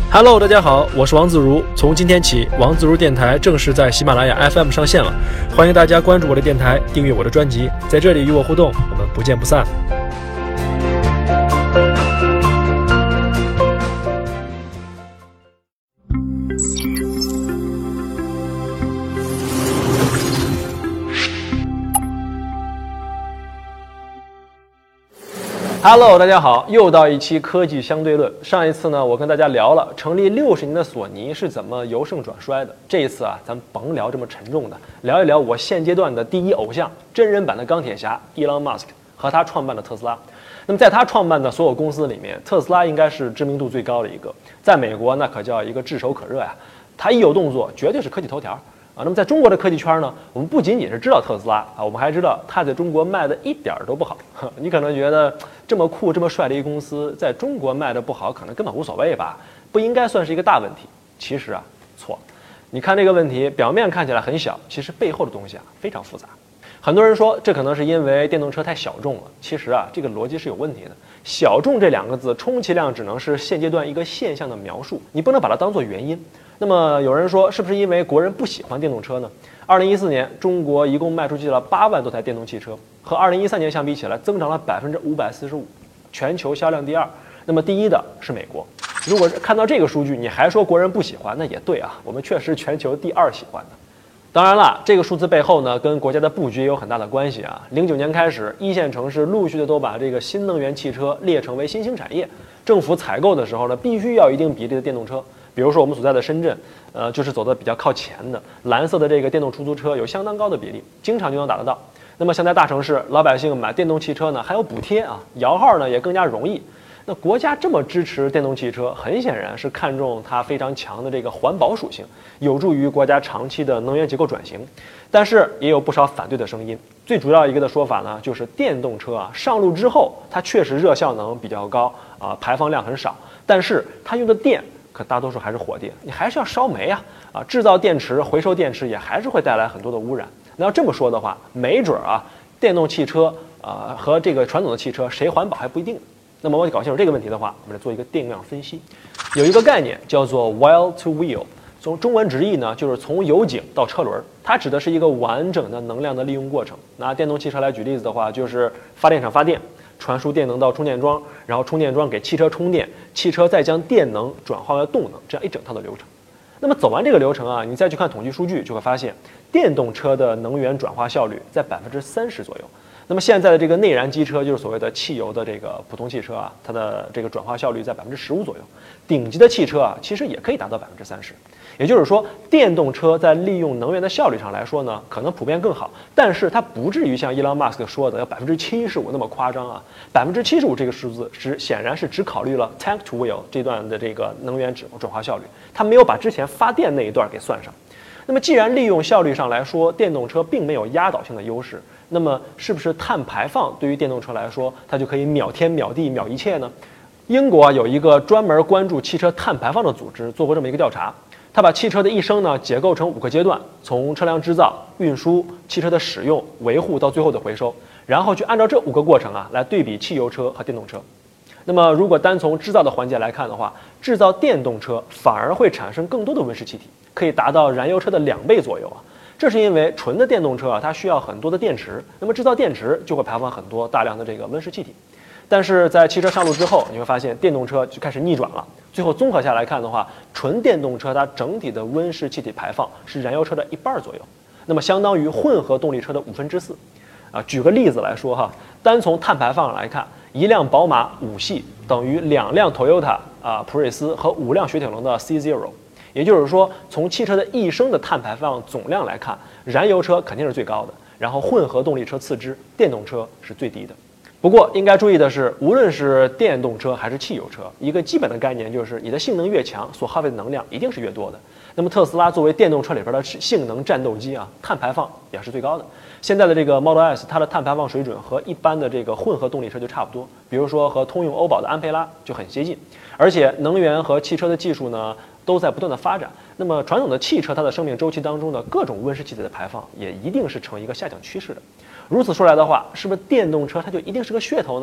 Hello， 大家好，我是王自如。从今天起，王自如电台正式在喜马拉雅 FM 上线了，欢迎大家关注我的电台，订阅我的专辑，在这里与我互动，我们不见不散。Hello， 大家好，又到一期科技相对论。上一次呢，我跟大家聊了成立60年的索尼是怎么由盛转衰的。这一次啊，咱们甭聊这么沉重的，聊一聊我现阶段的第一偶像，真人版的钢铁侠 Elon Musk 和他创办的特斯拉。那么在他创办的所有公司里面，特斯拉应该是知名度最高的一个，在美国那可叫一个炙手可热呀。他一有动作，绝对是科技头条。那么在中国的科技圈呢，我们不仅仅是知道特斯拉啊，我们还知道它在中国卖的一点都不好。你可能觉得这么酷这么帅的一公司在中国卖的不好，可能根本无所谓吧，不应该算是一个大问题。其实啊，错了。你看这个问题表面看起来很小，其实背后的东西啊非常复杂。很多人说这可能是因为电动车太小众了，其实啊这个逻辑是有问题的。小众这两个字充其量只能是现阶段一个现象的描述，你不能把它当作原因。那么有人说，是不是因为国人不喜欢电动车呢？2014年，中国一共卖出去了8万多台电动汽车，和2013年相比起来，增长了545%，全球销量第二。那么第一的是美国。如果看到这个数据，你还说国人不喜欢，那也对啊，我们确实全球第二喜欢的。当然了，这个数字背后呢，跟国家的布局也有很大的关系啊。09年开始，一线城市陆续的都把这个新能源汽车列成为新兴产业，政府采购的时候呢，必须要一定比例的电动车。比如说我们所在的深圳，就是走的比较靠前的，蓝色的这个电动出租车有相当高的比例，经常就能打得到。那么像在大城市，老百姓买电动汽车呢还有补贴啊，摇号呢也更加容易。那国家这么支持电动汽车，很显然是看重它非常强的这个环保属性，有助于国家长期的能源结构转型。但是也有不少反对的声音，最主要一个的说法呢，就是电动车啊上路之后，它确实热效能比较高啊，排放量很少，但是它用的电可大多数还是火电，你还是要烧煤啊，制造电池、回收电池也还是会带来很多的污染。那要这么说的话，没准啊，电动汽车和这个传统的汽车谁环保还不一定。那么我搞清楚这个问题的话，我们来做一个定量分析。有一个概念叫做 well to wheel， 从中文直译呢就是从油井到车轮，它指的是一个完整的能量的利用过程。拿电动汽车来举例子的话，就是发电厂发电，传输电能到充电桩，然后充电桩给汽车充电，汽车再将电能转化为动能，这样一整套的流程。那么走完这个流程啊，你再去看统计数据，就会发现电动车的能源转化效率在30%左右。那么现在的这个内燃机车，就是所谓的汽油的这个普通汽车啊，它的这个转化效率在15%左右。顶级的汽车啊，其实也可以达到30%。也就是说，电动车在利用能源的效率上来说呢，可能普遍更好，但是它不至于像伊隆马斯克说的要75%那么夸张啊。75%这个数字显然是只考虑了 tank to wheel 这段的这个能源转化效率，它没有把之前发电那一段给算上。那么既然利用效率上来说，电动车并没有压倒性的优势，那么是不是碳排放对于电动车来说，它就可以秒天秒地秒一切呢？英国有一个专门关注汽车碳排放的组织做过这么一个调查，他把汽车的一生呢解构成5个阶段，从车辆制造、运输、汽车的使用、维护到最后的回收，然后去按照这5个过程啊来对比汽油车和电动车。那么如果单从制造的环节来看的话，制造电动车反而会产生更多的温室气体，可以达到燃油车的2倍左右啊。这是因为纯的电动车啊，它需要很多的电池，那么制造电池就会排放很多大量的这个温室气体。但是在汽车上路之后，你会发现电动车就开始逆转了。最后综合下来看的话，纯电动车它整体的温室气体排放是燃油车的1半左右，那么相当于混合动力车的4/5。举个例子来说哈，单从碳排放来看，一辆宝马5系等于2辆 Toyota 普锐斯和5辆雪铁龙的 C0。也就是说，从汽车的一生的碳排放总量来看，燃油车肯定是最高的，然后混合动力车次之，电动车是最低的。不过应该注意的是，无论是电动车还是汽油车，一个基本的概念就是你的性能越强，所耗费的能量一定是越多的。那么特斯拉作为电动车里边的性能战斗机啊，碳排放也是最高的。现在的这个 Model S， 它的碳排放水准和一般的这个混合动力车就差不多，比如说和通用欧宝的安培拉就很接近。而且能源和汽车的技术呢都在不断的发展。那么传统的汽车它的生命周期当中的各种温室气体的排放也一定是呈一个下降趋势的。如此说来的话，是不是电动车它就一定是个噱头呢？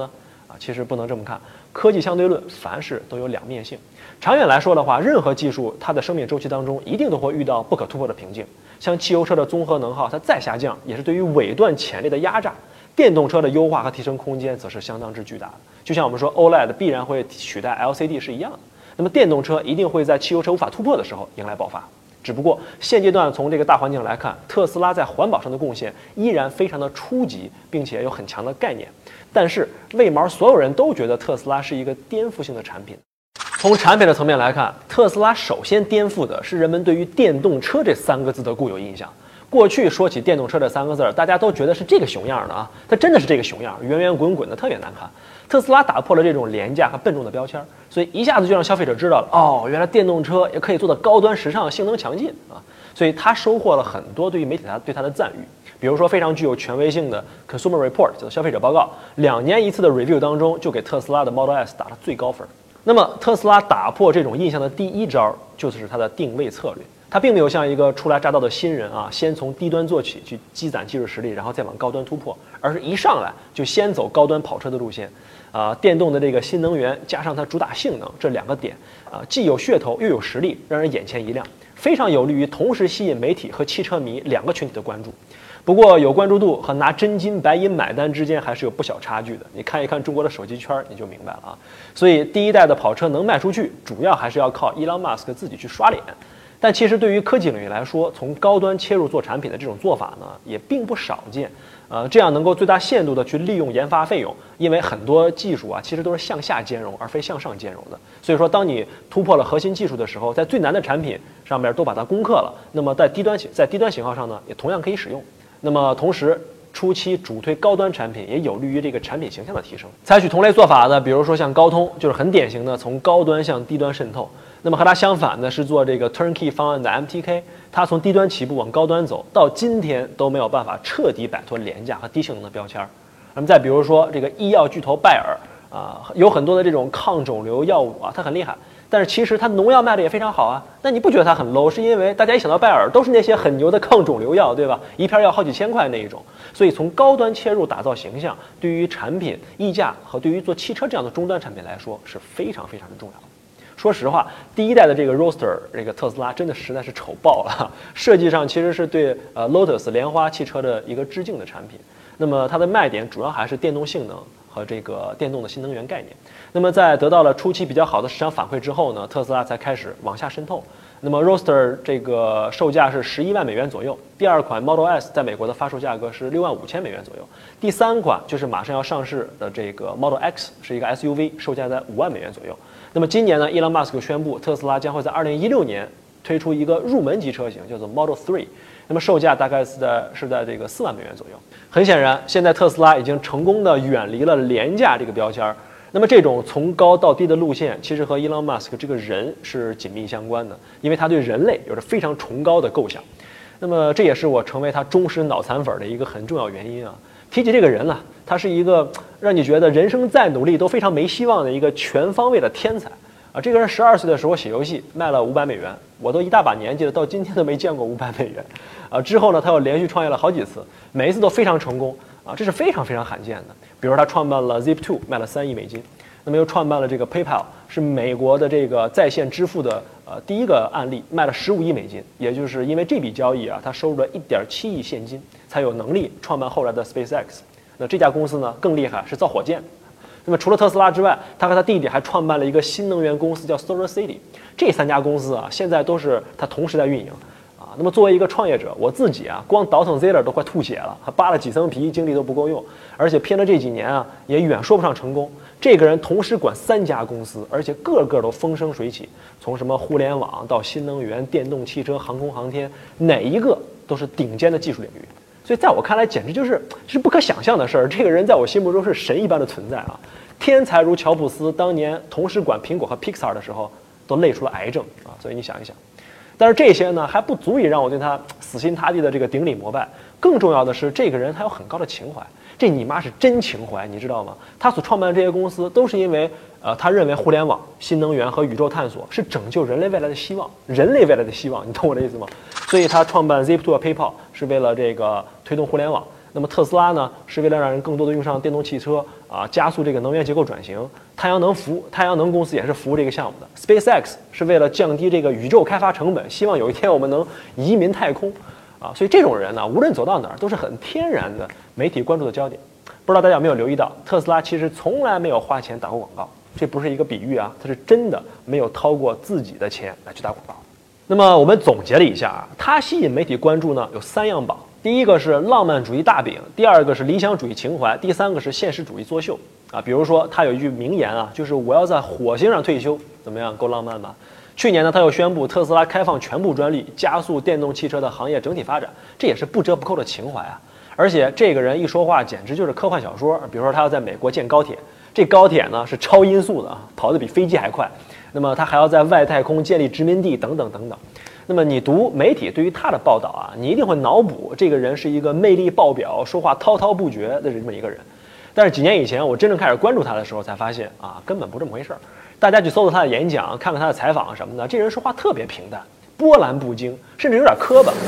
其实不能这么看，科技相对论凡事都有两面性。长远来说的话，任何技术它的生命周期当中一定都会遇到不可突破的瓶颈。像汽油车的综合能耗，它再下降也是对于尾段潜力的压榨。电动车的优化和提升空间则是相当之巨大的。就像我们说 OLED 必然会取代 LCD 是一样的。那么电动车一定会在汽油车无法突破的时候迎来爆发。只不过现阶段从这个大环境来看，特斯拉在环保上的贡献依然非常的初级，并且有很强的概念。但是为毛所有人都觉得特斯拉是一个颠覆性的产品？从产品的层面来看，特斯拉首先颠覆的是人们对于电动车这3个字的固有印象。过去说起电动车这3个字，大家都觉得是这个熊样的啊，它真的是这个熊样，圆圆滚滚的，特别难看。特斯拉打破了这种廉价和笨重的标签，所以一下子就让消费者知道了，哦，原来电动车也可以做到高端时尚、性能强劲啊！所以它收获了很多对于媒体对它的赞誉。比如说非常具有权威性的 Consumer Report 叫消费者报告，2年一次的 review 当中就给特斯拉的 Model S 打了最高分。那么特斯拉打破这种印象的第一招就是它的定位策略。它并没有像一个初来乍到的新人啊，先从低端做起去积攒技术实力，然后再往高端突破，而是一上来就先走高端跑车的路线。电动的这个新能源加上它主打性能这2个点既有噱头又有实力，让人眼前一亮，非常有利于同时吸引媒体和汽车迷2个群体的关注。不过有关注度和拿真金白银买单之间还是有不小差距的，你看一看中国的手机圈你就明白了啊。所以第一代的跑车能卖出去，主要还是要靠伊隆马斯克自己去刷脸。但其实对于科技领域来说，从高端切入做产品的这种做法呢，也并不少见。这样能够最大限度的去利用研发费用，因为很多技术啊，其实都是向下兼容而非向上兼容的。所以说，当你突破了核心技术的时候，在最难的产品上面都把它攻克了，那么在低端型号上呢，也同样可以使用。那么同时，初期主推高端产品，也有利于这个产品形象的提升。采取同类做法的，比如说像高通，就是很典型的从高端向低端渗透。那么和它相反的是做这个 turnkey 方案的 MTK， 它从低端起步往高端走，到今天都没有办法彻底摆脱廉价和低性能的标签。那么再比如说这个医药巨头拜耳有很多的这种抗肿瘤药物啊，它很厉害，但是其实它农药卖的也非常好啊。那你不觉得它很 low？ 是因为大家一想到拜耳都是那些很牛的抗肿瘤药，对吧？一片要好几千块那一种。所以从高端切入打造形象，对于产品溢价和对于做汽车这样的终端产品来说是非常非常的重要的。说实话，第一代的这个 Roadster 这个特斯拉真的实在是丑爆了，设计上其实是对Lotus 莲花汽车的一个致敬的产品。那么它的卖点主要还是电动性能和这个电动的新能源概念。那么在得到了初期比较好的市场反馈之后呢，特斯拉才开始往下渗透。那么 Roadster 这个售价是11万美元左右，第2款 Model S 在美国的发售价格是6万5千美元左右，第3款就是马上要上市的这个 Model X 是一个 SUV， 售价在5万美元左右。那么今年呢，伊隆马斯克宣布特斯拉将会在2016年推出一个入门级车型，叫做 Model 3， 那么售价大概是在这个4万美元左右。很显然，现在特斯拉已经成功的远离了廉价这个标签。那么这种从高到低的路线，其实和伊隆马斯克这个人是紧密相关的，因为他对人类有着非常崇高的构想。那么这也是我成为他忠实脑残粉的一个很重要原因啊。提起这个人了，他是一个让你觉得人生再努力都非常没希望的一个全方位的天才啊！这个人12岁的时候写游戏卖了500美元，我都一大把年纪了，到今天都没见过500美元啊！之后呢，他又连续创业了好几次，每一次都非常成功啊，这是非常非常罕见的。比如他创办了 Zip2， 卖了3亿美金，那么又创办了这个 PayPal， 是美国的这个在线支付的第一个案例，卖了15亿美金，也就是因为这笔交易啊，他收入了1.7亿现金，才有能力创办后来的 SpaceX。那这家公司呢更厉害，是造火箭。那么除了特斯拉之外，他和他弟弟还创办了一个新能源公司叫 SolarCity。这3家公司啊，现在都是他同时在运营啊。那么作为一个创业者，我自己啊，光倒腾 Ziller 都快吐血了，还扒了几层皮，精力都不够用，而且拼了这几年啊，也远说不上成功。这个人同时管3家公司，而且个个都风生水起，从什么互联网到新能源、电动汽车、航空航天，哪一个都是顶尖的技术领域。所以在我看来，简直就是不可想象的事儿。这个人在我心目中是神一般的存在啊！天才如乔布斯当年同时管苹果和 Pixar 的时候，都累出了癌症啊！所以你想一想，但是这些呢还不足以让我对他死心塌地的这个顶礼膜拜。更重要的是，这个人他有很高的情怀，这你妈是真情怀，你知道吗？他所创办的这些公司都是因为他认为互联网、新能源和宇宙探索是拯救人类未来的希望，人类未来的希望，你懂我的意思吗？所以他创办 Zip2 和 PayPal 是为了这个推动互联网。那么特斯拉呢，是为了让人更多的用上电动汽车加速这个能源结构转型。太阳能公司也是服务这个项目的。SpaceX 是为了降低这个宇宙开发成本，希望有一天我们能移民太空所以这种人呢，无论走到哪儿都是很天然的媒体关注的焦点。不知道大家有没有留意到，特斯拉其实从来没有花钱打过广告，这不是一个比喻啊，它是真的没有掏过自己的钱来去打广告。那么我们总结了一下它吸引媒体关注呢有3样宝，第一个是浪漫主义大饼，第二个是理想主义情怀，第三个是现实主义作秀比如说他有一句名言就是我要在火星上退休，怎么样，够浪漫吧？去年呢，他又宣布特斯拉开放全部专利，加速电动汽车的行业整体发展，这也是不折不扣的情怀而且这个人一说话简直就是科幻小说，比如说他要在美国建高铁，这高铁呢是超音速的跑得比飞机还快，那么他还要在外太空建立殖民地等等等等。那么你读媒体对于他的报道你一定会脑补这个人是一个魅力爆表、说话滔滔不绝的这么一个人。但是几年以前我真正开始关注他的时候，才发现根本不这么回事。大家去搜搜他的演讲，看看他的采访什么的，这人说话特别平淡，波澜不惊，甚至有点磕巴。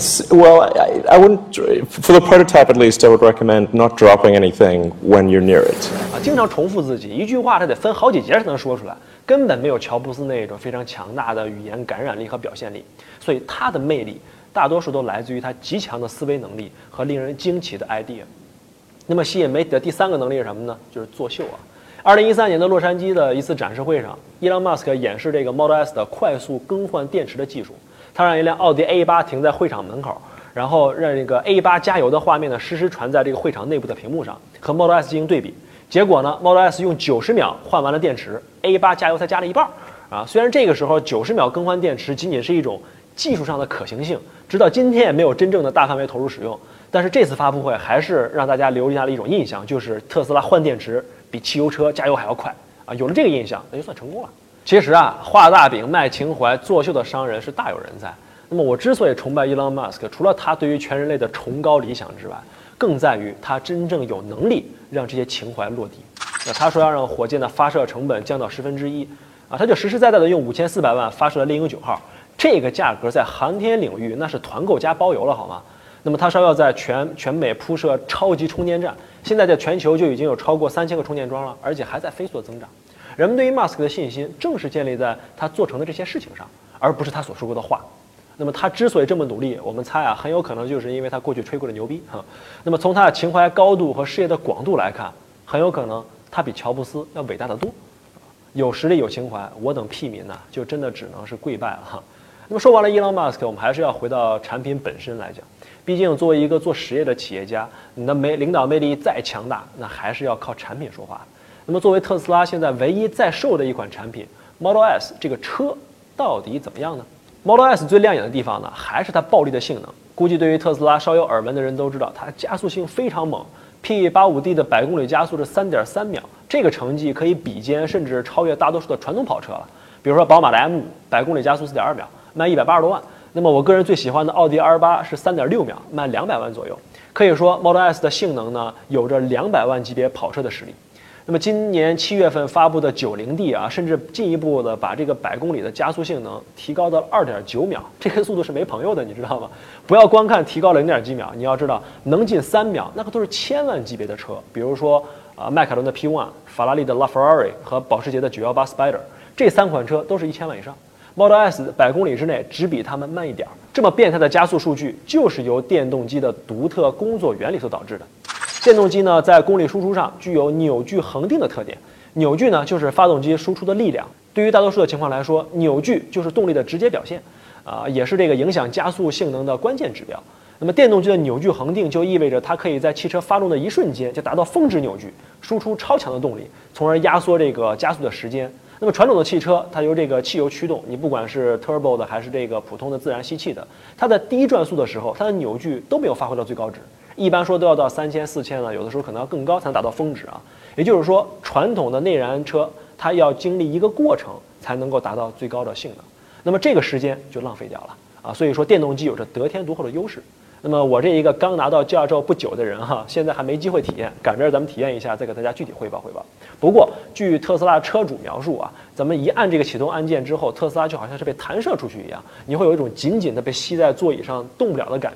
I wouldn't, for the prototype at least, I would recommend not dropping anything when you're near it. 经常重复自己一句话，他得分好几节才能说出来，根本没有乔布斯那种非常强大的语言感染力和表现力。所以他的魅力大多数都来自于他极强的思维能力和令人惊奇的 idea。那么吸引媒体的第3个能力是什么呢？就是作秀2013年的洛杉矶的一次展示会上，伊朗马斯克演示这个 Model S 的快速更换电池的技术。他让一辆奥迪 A8 停在会场门口，然后让这个 A8 加油的画面呢实时传在这个会场内部的屏幕上，和 Model S 进行对比。结果呢 ，Model S 用90秒换完了电池 ，A8 加油才加了一半虽然这个时候90秒更换电池仅仅是一种技术上的可行性，直到今天也没有真正的大范围投入使用。但是这次发布会还是让大家留下了一种印象，就是特斯拉换电池比汽油车加油还要快有了这个印象，那就算成功了。其实画大饼卖情怀作秀的商人是大有人在。那么我之所以崇拜伊朗马斯克，除了他对于全人类的崇高理想之外，更在于他真正有能力让这些情怀落地。那他说要让火箭的发射成本降到1/10他就实实在在的用5400万发射了猎鹰9号，这个价格在航天领域那是团购加包邮了好吗？那么他说要在全美铺设超级充电站，现在在全球就已经有超过3000个充电桩了，而且还在飞速的增长。人们对于马斯克的信心正是建立在他做成的这些事情上，而不是他所说过的话。那么他之所以这么努力，我们猜很有可能就是因为他过去吹过的牛逼那么从他的情怀高度和事业的广度来看，很有可能他比乔布斯要伟大得多。有实力有情怀，我等屁民就真的只能是跪拜了那么说完了伊朗马斯克，我们还是要回到产品本身来讲。毕竟作为一个做实业的企业家，你的领导魅力再强大，那还是要靠产品说话。那么作为特斯拉现在唯一在售的一款产品 Model S 这个车到底怎么样呢？ Model S 最亮眼的地方呢，还是它暴力的性能。估计对于特斯拉稍有耳闻的人都知道，它加速性非常猛， P85D 的100公里加速是3.3秒，这个成绩可以比肩甚至超越大多数的传统跑车了。比如说宝马的 M5，100公里加速4.2秒，卖180多万。那么我个人最喜欢的奥迪 R8是3.6秒，卖200万左右。可以说 Model S 的性能呢，有着200万级别跑车的实力。那么今年7月份发布的 90D 甚至进一步的把这个100公里的加速性能提高到了2.9秒，这个速度是没朋友的，你知道吗？不要光看提高了 0.几秒，你要知道能进3秒，那个都是千万级别的车，比如说迈凯伦的 P1、法拉利的 LaFerrari 和保时捷的918 Spider， 这3款车都是1000万以上。Model S 100公里之内只比它们慢一点，这么变态的加速数据就是由电动机的独特工作原理所导致的。电动机呢，在功率输出上具有扭矩恒定的特点。扭矩呢，就是发动机输出的力量。对于大多数的情况来说，扭矩就是动力的直接表现，也是这个影响加速性能的关键指标。那么电动机的扭矩恒定就意味着它可以在汽车发动的一瞬间就达到峰值扭矩，输出超强的动力，从而压缩这个加速的时间。那么传统的汽车，它由这个汽油驱动，你不管是 turbo 的还是这个普通的自然吸气的，它在低转速的时候，它的扭矩都没有发挥到最高值。一般说都要到3000、4000了，有的时候可能要更高才能达到峰值也就是说，传统的内燃车它要经历一个过程才能够达到最高的性能，那么这个时间就浪费掉了所以说电动机有着得天独厚的优势。那么我这一个刚拿到驾照不久的人现在还没机会体验，赶着咱们体验一下，再给大家具体汇报汇报。不过据特斯拉车主描述咱们一按这个启动按键之后，特斯拉就好像是被弹射出去一样，你会有一种紧紧的被吸在座椅上动不了的感觉，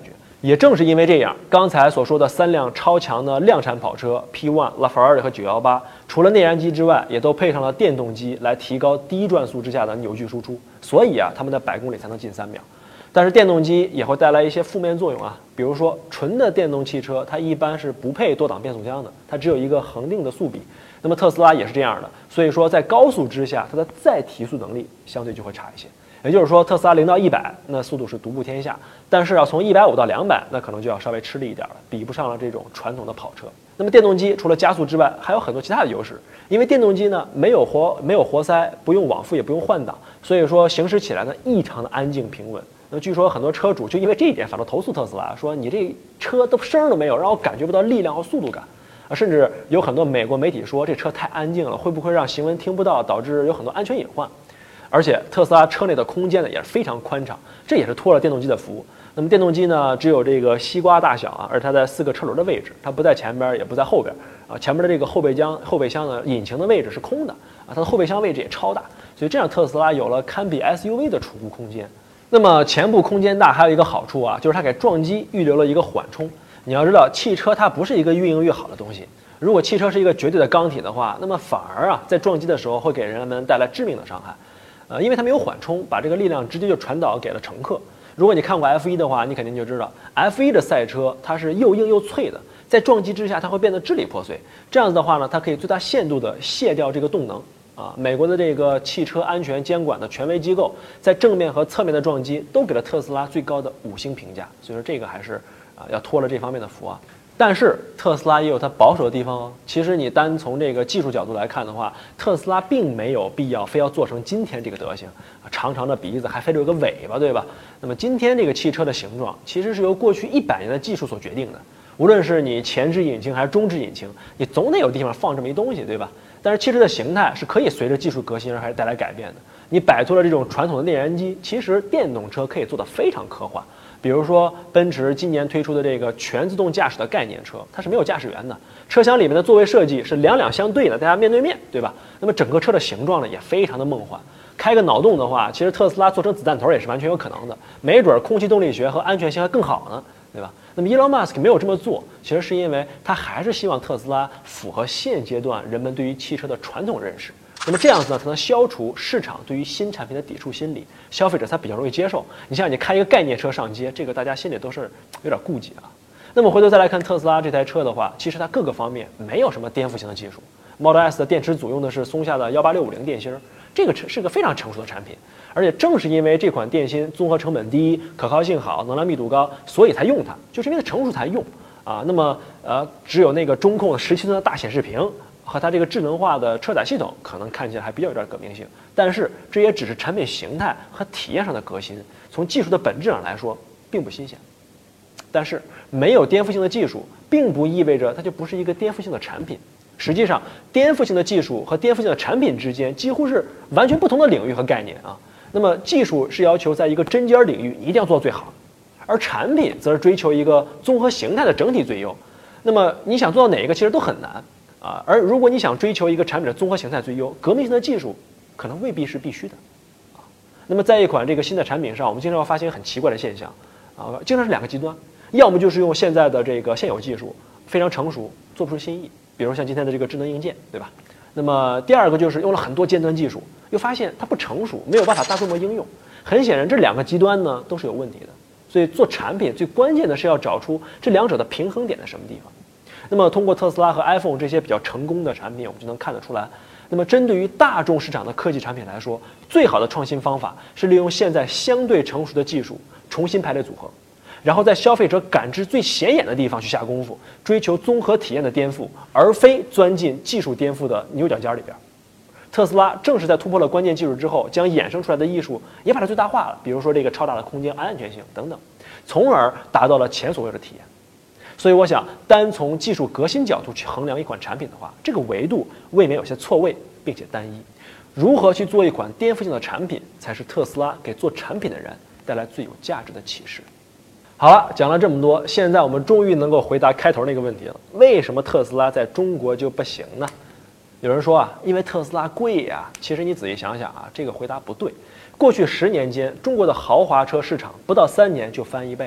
也正是因为这样，刚才所说的3辆超强的量产跑车 P1、拉法尔和918，除了内燃机之外，也都配上了电动机来提高低转速之下的扭矩输出，所以啊，他们的100公里才能进3秒。但是电动机也会带来一些负面作用啊，比如说纯的电动汽车，它一般是不配多档变速箱的，它只有一个恒定的速比。那么特斯拉也是这样的，所以说在高速之下，它的再提速能力相对就会差一些。也就是说，特斯拉0到100那速度是独步天下，但是从150到200那可能就要稍微吃力一点了，比不上了这种传统的跑车。那么电动机除了加速之外，还有很多其他的优势，因为电动机呢没有活塞，不用往复也不用换挡，所以说行驶起来呢异常的安静平稳。那么据说很多车主就因为这一点反倒投诉特斯拉，说你这车都声都没有，让我感觉不到力量和速度感。甚至有很多美国媒体说这车太安静了，会不会让行人听不到，导致有很多安全隐患。而且特斯拉车内的空间呢也是非常宽敞，这也是托了电动机的福。那么电动机呢只有这个西瓜大小啊，而它在4个车轮的位置，它不在前边也不在后边啊。前面的这个后备箱呢，引擎的位置是空的啊，它的后备箱位置也超大，所以这样特斯拉有了堪比 SUV 的储物空间。那么前部空间大还有一个好处啊，就是它给撞击预留了一个缓冲。你要知道，汽车它不是一个越硬越好的东西。如果汽车是一个绝对的钢铁的话，那么反而啊在撞击的时候会给人们带来致命的伤害。因为它没有缓冲，把这个力量直接就传导给了乘客。如果你看过 F1 的话，你肯定就知道 F1 的赛车它是又硬又脆的，在撞击之下它会变得支离破碎。这样子的话呢，它可以最大限度的卸掉这个动能啊。美国的这个汽车安全监管的权威机构在正面和侧面的撞击都给了特斯拉最高的5星评价，所以说这个还是要托了这方面的福啊。但是特斯拉也有它保守的地方哦。其实你单从这个技术角度来看的话，特斯拉并没有必要非要做成今天这个德行，长长的鼻子还非得有个尾巴，对吧？那么今天这个汽车的形状其实是由过去100年的技术所决定的。无论是你前置引擎还是中置引擎，你总得有地方放这么一东西，对吧？但是汽车的形态是可以随着技术革新而还是带来改变的。你摆脱了这种传统的内燃机，其实电动车可以做得非常科幻。比如说奔驰今年推出的这个全自动驾驶的概念车，它是没有驾驶员的，车厢里面的座位设计是两两相对的，大家面对面，对吧？那么整个车的形状呢也非常的梦幻。开个脑洞的话，其实特斯拉做成子弹头也是完全有可能的，没准空气动力学和安全性还更好呢，对吧？那么 Elon Musk 没有这么做，其实是因为他还是希望特斯拉符合现阶段人们对于汽车的传统认识。那么这样子呢，才能消除市场对于新产品的抵触心理，消费者才比较容易接受。你像你开一个概念车上街，这个大家心里都是有点顾忌啊。那么回头再来看特斯拉这台车的话，其实它各个方面没有什么颠覆性的技术。Model S 的电池组用的是松下的18650电芯，这个是个非常成熟的产品。而且正是因为这款电芯综合成本低、可靠性好、能量密度高，所以才用它，就是因为它成熟才用啊。那么只有那个中控17寸的大显示屏和它这个智能化的车载系统可能看起来还比较有点革命性，但是这也只是产品形态和体验上的革新，从技术的本质上来说并不新鲜。但是没有颠覆性的技术，并不意味着它就不是一个颠覆性的产品。实际上，颠覆性的技术和颠覆性的产品之间几乎是完全不同的领域和概念啊。那么技术是要求在一个针尖领域你一定要做到最好，而产品则是追求一个综合形态的整体最优。那么你想做到哪一个其实都很难。而如果你想追求一个产品的综合形态最优，革命性的技术可能未必是必须的，那么在一款这个新的产品上，我们经常会发现很奇怪的现象，经常是2个极端，要么就是用现在的这个现有技术非常成熟，做不出新意，比如像今天的这个智能硬件，对吧？那么第二个就是用了很多尖端技术，又发现它不成熟，没有办法大规模应用。很显然，这2个极端呢都是有问题的。所以做产品最关键的是要找出这2者的平衡点在什么地方。那么通过特斯拉和 iPhone 这些比较成功的产品，我们就能看得出来，那么针对于大众市场的科技产品来说，最好的创新方法是利用现在相对成熟的技术重新排列组合，然后在消费者感知最显眼的地方去下功夫，追求综合体验的颠覆，而非钻进技术颠覆的牛角尖里边。特斯拉正是在突破了关键技术之后，将衍生出来的艺术也把它最大化了，比如说这个超大的空间、安全性等等，从而达到了前所未有的体验。所以我想，单从技术革新角度去衡量一款产品的话，这个维度未免有些错位，并且单一。如何去做一款颠覆性的产品，才是特斯拉给做产品的人带来最有价值的启示。好了，讲了这么多，现在我们终于能够回答开头那个问题了：为什么特斯拉在中国就不行呢？有人说啊，因为特斯拉贵呀。其实你仔细想想啊，这个回答不对。过去10年间，中国的豪华车市场不到3年就翻1倍啊。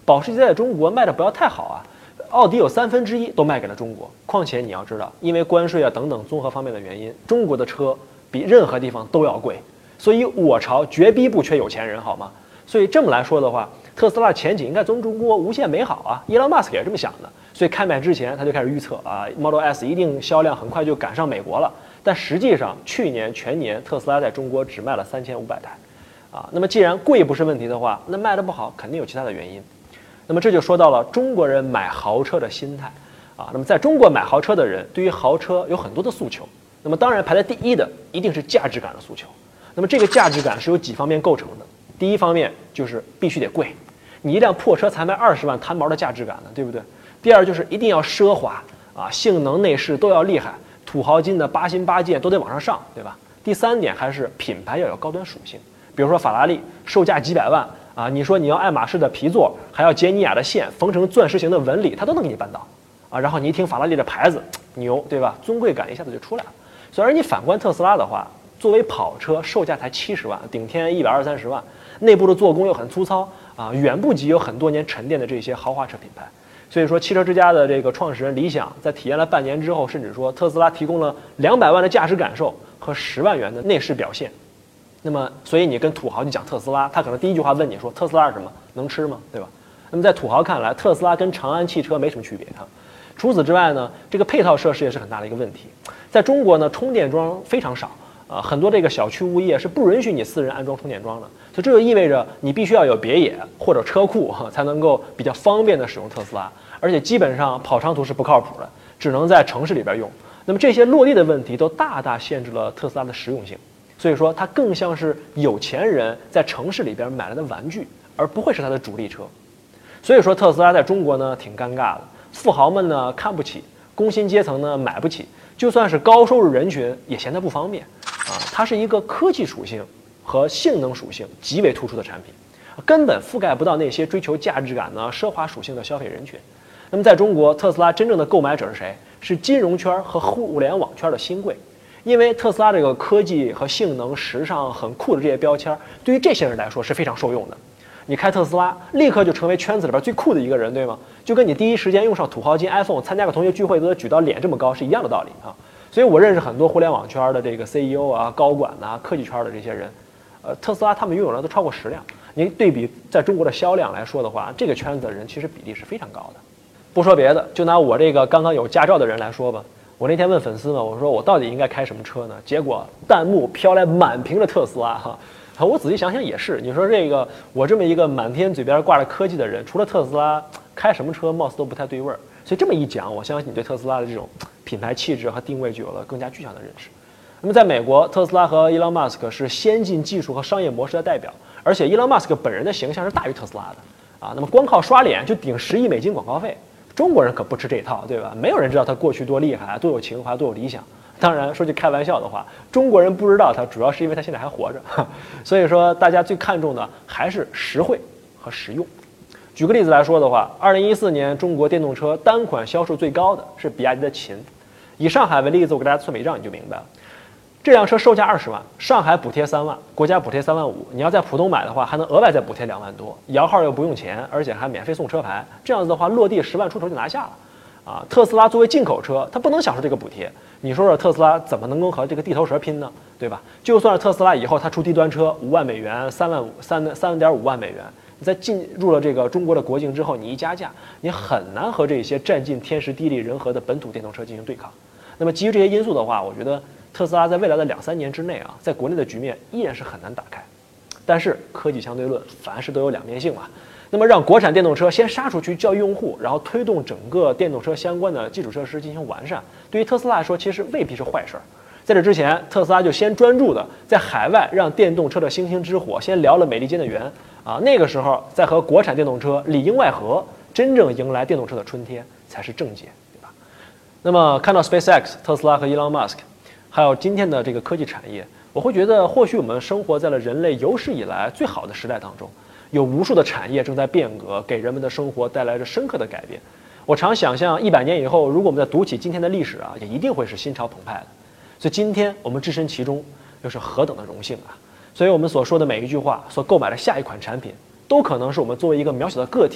保时捷在中国卖的不要太好啊，奥迪有1/3都卖给了中国。况且你要知道，因为关税啊等等综合方面的原因，中国的车比任何地方都要贵，所以我朝绝逼不缺有钱人，好吗？所以这么来说的话，特斯拉的前景应该从中国无限美好啊。伊隆马斯克也是这么想的，所以开卖之前他就开始预测啊 ，Model S 一定销量很快就赶上美国了。但实际上去年全年特斯拉在中国只卖了3500台，啊，那么既然贵不是问题的话，那卖得不好肯定有其他的原因。那么这就说到了中国人买豪车的心态啊。那么在中国买豪车的人对于豪车有很多的诉求，那么当然排在第一的一定是价值感的诉求。那么这个价值感是由几方面构成的？第一方面就是必须得贵，你一辆破车才卖20万，谈毛的价值感呢，对不对？第二就是一定要奢华啊，性能内饰都要厉害，土豪金的8星8件都得往上上，对吧？第三点还是品牌要有高端属性，比如说法拉利售价几百万啊，你说你要爱马仕的皮座，还要杰尼亚的线，缝成钻石形的纹理，它都能给你办到啊。然后你一听法拉利的牌子牛，对吧？尊贵感一下子就出来了。所以而你反观特斯拉的话，作为跑车，售价才70万，顶天120-130万，内部的做工又很粗糙啊，远不及有很多年沉淀的这些豪华车品牌。所以说，汽车之家的这个创始人李想在体验了半年之后，甚至说特斯拉提供了200万的驾驶感受和10万元的内饰表现。那么，所以你跟土豪你讲特斯拉，他可能第一句话问你说特斯拉是什么？能吃吗？对吧？那么在土豪看来，特斯拉跟长安汽车没什么区别啊。除此之外呢，这个配套设施也是很大的一个问题。在中国呢，充电桩非常少。很多这个小区物业是不允许你私人安装充电桩的，所以这就意味着你必须要有别野或者车库才能够比较方便的使用特斯拉，而且基本上跑长途是不靠谱的，只能在城市里边用。那么这些落地的问题都大大限制了特斯拉的实用性，所以说它更像是有钱人在城市里边买来的玩具，而不会是它的主力车。所以说特斯拉在中国呢挺尴尬的，富豪们呢看不起，工薪阶层呢买不起，就算是高收入人群也嫌它不方便。它是一个科技属性和性能属性极为突出的产品，根本覆盖不到那些追求价值感呢、奢华属性的消费人群。那么在中国，特斯拉真正的购买者是谁？是金融圈和互联网圈的新贵，因为特斯拉这个科技和性能、时尚很酷的这些标签，对于这些人来说是非常受用的。你开特斯拉，立刻就成为圈子里边最酷的一个人，对吗？就跟你第一时间用上土豪金 iPhone， 参加个同学聚会都得举到脸这么高是一样的道理啊。所以我认识很多互联网圈的这个 CEO 啊、高管啊、科技圈的这些人，特斯拉他们拥有的都超过10辆。您对比在中国的销量来说的话，这个圈子的人其实比例是非常高的。不说别的，就拿我这个刚刚有驾照的人来说吧，我那天问粉丝们，我说我到底应该开什么车呢？结果弹幕飘来满屏的特斯拉哈。我仔细想想也是，你说这个我这么一个满天嘴边挂着科技的人，除了特斯拉，开什么车貌似都不太对味儿。所以这么一讲，我相信你对特斯拉的这种品牌气质和定位就有了更加具象的认识。那么在美国，特斯拉和伊隆马斯克是先进技术和商业模式的代表，而且伊隆马斯克本人的形象是大于特斯拉的啊。那么光靠刷脸就顶10亿美金广告费，中国人可不吃这套，对吧？没有人知道他过去多厉害，多有情怀，多有理想。当然，说句开玩笑的话，中国人不知道他，主要是因为他现在还活着。所以说，大家最看重的还是实惠和实用。举个例子来说的话，2014年中国电动车单款销售最高的是比亚迪的秦。以上海为例子，我给大家算笔账你就明白了。这辆车售价20万，上海补贴3万，国家补贴3万5，你要在浦东买的话，还能额外再补贴2万多，摇号又不用钱，而且还免费送车牌。这样子的话，落地10万出头就拿下了。啊，特斯拉作为进口车，它不能享受这个补贴。你说说特斯拉怎么能够和这个地头蛇拼呢？对吧？就算是特斯拉以后它出低端车5万美元、3.5万美元。你在进入了这个中国的国境之后，你一加价，你很难和这些占尽天时地利人和的本土电动车进行对抗。那么基于这些因素的话，我觉得特斯拉在未来的2-3年之内啊，在国内的局面依然是很难打开。但是科技相对论，凡事都有两面性嘛。那么让国产电动车先杀出去教育用户，然后推动整个电动车相关的基础设施进行完善，对于特斯拉来说其实未必是坏事儿。在这之前，特斯拉就先专注的在海外让电动车的星星之火先燎了美利坚的原啊，那个时候再和国产电动车里应外合，真正迎来电动车的春天才是正解，对吧？那么看到 SpaceX、特斯拉和 Elon Musk， 还有今天的这个科技产业，我会觉得或许我们生活在了人类有史以来最好的时代当中。有无数的产业正在变革，给人们的生活带来着深刻的改变。我常想象100年以后，如果我们再读起今天的历史啊，也一定会是心潮澎湃的。所以今天我们置身其中，又是何等的荣幸啊！所以我们所说的每一句话，所购买的下一款产品，都可能是我们作为一个渺小的个体，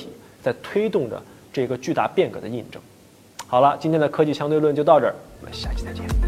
在推动着这个巨大变革的印证。好了，今天的科技相对论就到这儿，我们下期再见。